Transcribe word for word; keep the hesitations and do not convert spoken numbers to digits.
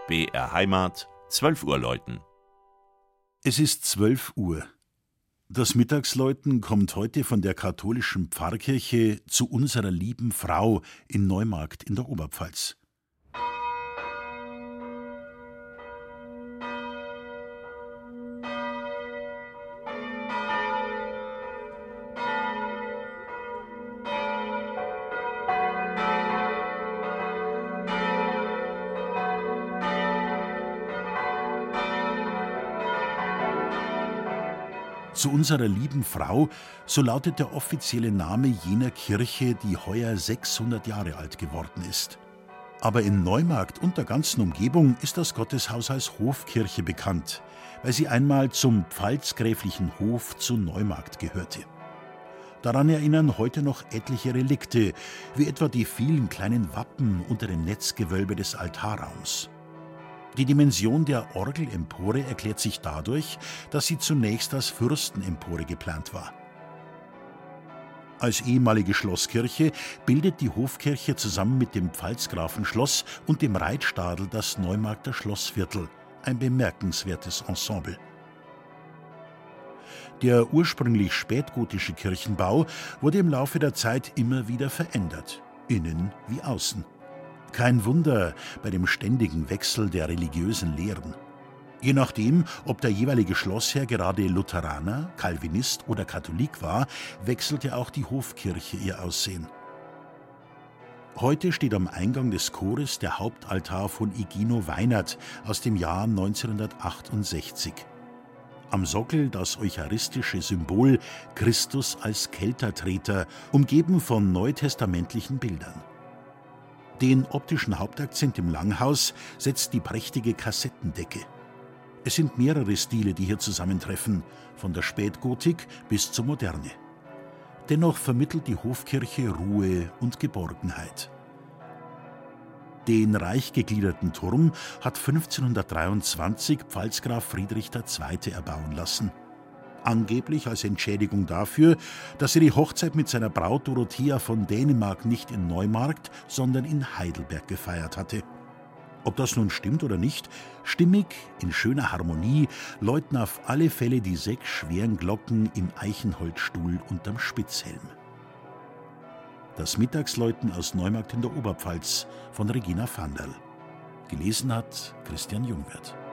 B R Heimat, zwölf Uhr läuten. Es ist zwölf Uhr. Das Mittagsläuten kommt heute von der katholischen Pfarrkirche zu Unserer Lieben Frau in Neumarkt in der Oberpfalz. Zu Unserer Lieben Frau, so lautet der offizielle Name jener Kirche, die heuer sechshundert Jahre alt geworden ist. Aber in Neumarkt und der ganzen Umgebung ist das Gotteshaus als Hofkirche bekannt, weil sie einmal zum pfalzgräflichen Hof zu Neumarkt gehörte. Daran erinnern heute noch etliche Relikte, wie etwa die vielen kleinen Wappen unter dem Netzgewölbe des Altarraums. Die Dimension der Orgelempore erklärt sich dadurch, dass sie zunächst als Fürstenempore geplant war. Als ehemalige Schlosskirche bildet die Hofkirche zusammen mit dem Pfalzgrafenschloss und dem Reitstadel das Neumarkter Schlossviertel, ein bemerkenswertes Ensemble. Der ursprünglich spätgotische Kirchenbau wurde im Laufe der Zeit immer wieder verändert, innen wie außen. Kein Wunder bei dem ständigen Wechsel der religiösen Lehren. Je nachdem, ob der jeweilige Schlossherr gerade Lutheraner, Calvinist oder Katholik war, wechselte auch die Hofkirche ihr Aussehen. Heute steht am Eingang des Chores der Hauptaltar von Igino Weinert aus dem Jahr neunzehnhundertachtundsechzig. Am Sockel das eucharistische Symbol Christus als Keltertreter, umgeben von neutestamentlichen Bildern. Den optischen Hauptakzent im Langhaus setzt die prächtige Kassettendecke. Es sind mehrere Stile, die hier zusammentreffen, von der Spätgotik bis zur Moderne. Dennoch vermittelt die Hofkirche Ruhe und Geborgenheit. Den reich gegliederten Turm hat fünfzehnhundertdreiundzwanzig Pfalzgraf Friedrich der Zweite erbauen lassen. Angeblich als Entschädigung dafür, dass er die Hochzeit mit seiner Braut Dorothea von Dänemark nicht in Neumarkt, sondern in Heidelberg gefeiert hatte. Ob das nun stimmt oder nicht, stimmig, in schöner Harmonie, läuten auf alle Fälle die sechs schweren Glocken im Eichenholzstuhl unterm Spitzhelm. Das Mittagsläuten aus Neumarkt in der Oberpfalz von Regina Vanderl. Gelesen hat Christian Jungwirth.